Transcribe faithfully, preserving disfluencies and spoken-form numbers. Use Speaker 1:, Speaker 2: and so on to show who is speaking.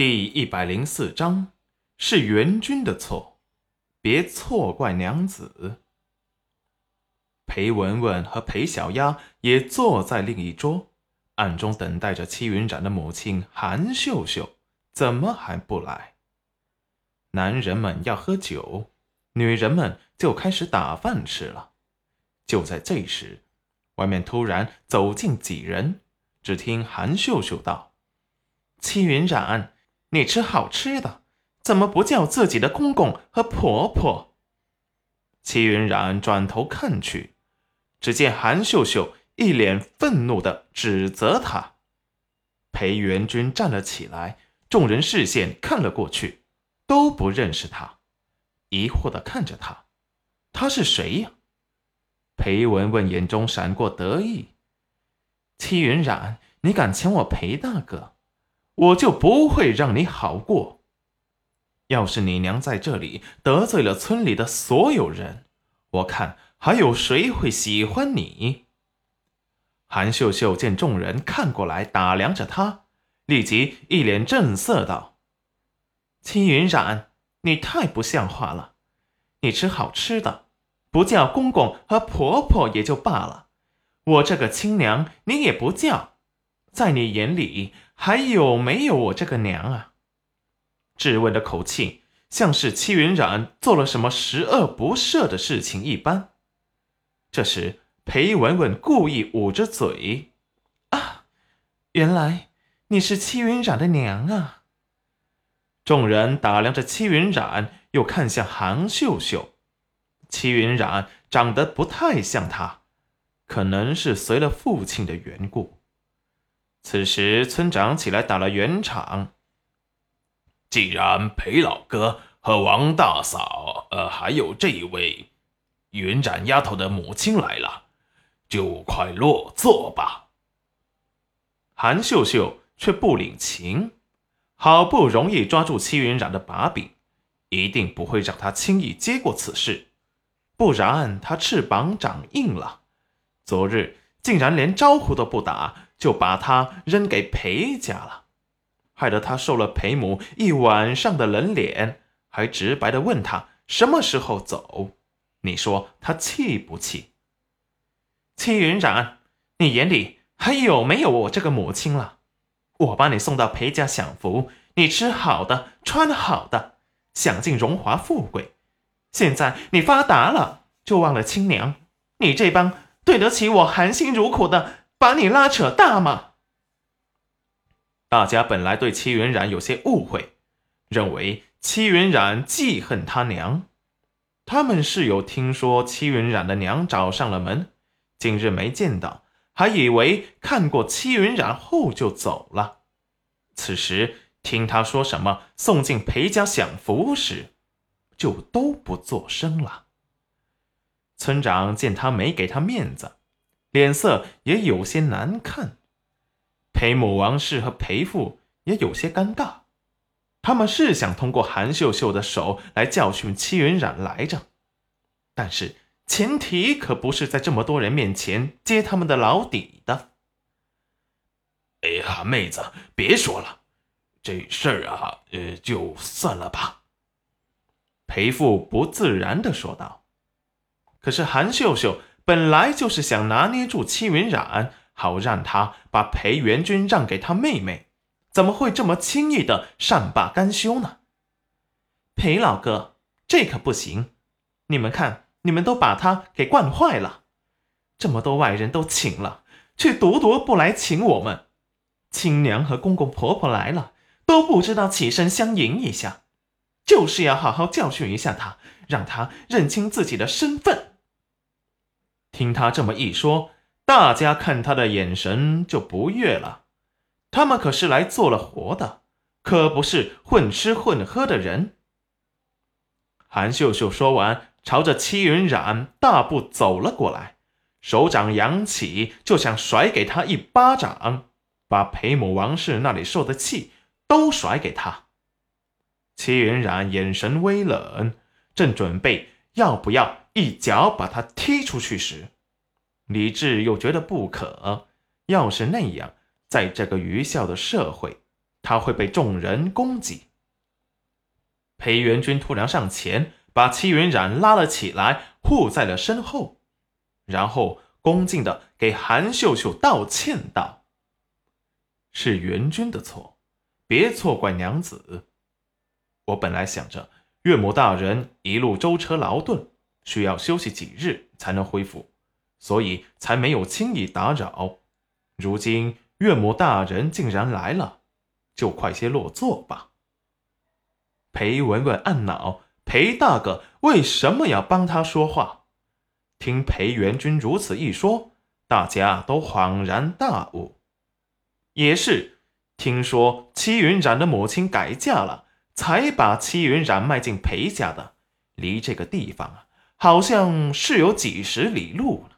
Speaker 1: 第一百零四章，是元君的错，别错怪娘子。裴文文和裴小丫也坐在另一桌，暗中等待着戚云染的母亲韩秀秀，怎么还不来？男人们要喝酒，女人们就开始打饭吃了。就在这时，外面突然走进几人，只听韩秀秀道：“戚云染，你吃好吃的，怎么不叫自己的公公和婆婆？”戚云染转头看去，只见韩秀秀一脸愤怒地指责他。裴元君站了起来，众人视线看了过去，都不认识他，疑惑地看着他。他是谁呀？裴文文眼中闪过得意。戚云染，你敢抢我裴大哥，我就不会让你好过。要是你娘在这里得罪了村里的所有人，我看还有谁会喜欢你？韩秀秀见众人看过来打量着她，立即一脸正色道：“戚云染，你太不像话了！你吃好吃的，不叫公公和婆婆也就罢了，我这个亲娘你也不叫，在你眼里还有没有我这个娘啊？”质问的口气像是戚云染做了什么十恶不赦的事情一般。这时裴文文故意捂着嘴：“啊，原来你是戚云染的娘啊！”众人打量着戚云染，又看向韩秀秀。戚云染长得不太像她，可能是随了父亲的缘故。此时村长起来打了圆场：“
Speaker 2: 既然裴老哥和王大嫂，呃，还有这一位云染丫头的母亲来了，就快落座吧。”
Speaker 1: 韩秀秀却不领情，好不容易抓住戚云染的把柄，一定不会让他轻易接过此事，不然他翅膀长硬了，昨日竟然连招呼都不打，就把他扔给裴家了，害得他受了裴母一晚上的冷脸，还直白地问他什么时候走，你说他气不气？戚云染，你眼里还有没有我这个母亲了？我把你送到裴家享福，你吃好的穿好的，享尽荣华富贵，现在你发达了就忘了亲娘，你这帮对得起我含辛茹苦的把你拉扯大吗？大家本来对戚云染有些误会，认为戚云染记恨他娘。他们是有听说戚云染的娘找上了门，今日没见到，还以为看过戚云染后就走了。此时听他说什么送进裴家享福时，就都不作声了。村长见他没给他面子，脸色也有些难看。裴母王氏和裴父也有些尴尬，他们是想通过韩秀秀的手来教训戚云染来着，但是前提可不是在这么多人面前揭他们的老底的。
Speaker 2: 哎呀，妹子，别说了，这事儿啊，呃，就算了吧。
Speaker 1: 裴父不自然地说道。可是韩秀秀本来就是想拿捏住戚云染，好让他把裴元君让给他妹妹，怎么会这么轻易的善罢甘休呢？裴老哥，这可不行，你们看，你们都把他给惯坏了，这么多外人都请了，却独独不来请我们，亲娘和公公婆婆来了，都不知道起身相迎一下，就是要好好教训一下他，让他认清自己的身份。听他这么一说，大家看他的眼神就不悦了，他们可是来做了活的，可不是混吃混喝的人。韩秀秀说完，朝着戚云染大步走了过来，手掌扬起，就想甩给他一巴掌，把裴母王氏那里受的气都甩给他。戚云染眼神微冷，正准备要不要一脚把他踢出去时，李治又觉得不可，要是那样，在这个愚孝的社会， 他会被众人攻击。裴元君突然上前，把戚云染拉了起来，护在了身后，然后恭敬地给韩秀秀道歉道：“是元君的错，别错怪娘子。我本来想着岳母大人一路舟车劳顿，需要休息几日才能恢复，所以才没有轻易打扰。如今岳母大人竟然来了，就快些落座吧。”裴文文暗恼，裴大哥为什么要帮他说话？听裴元君如此一说，大家都恍然大悟。也是，听说戚云染的母亲改嫁了，才把戚云染卖进裴家的，离这个地方啊，好像是有几十里路呢。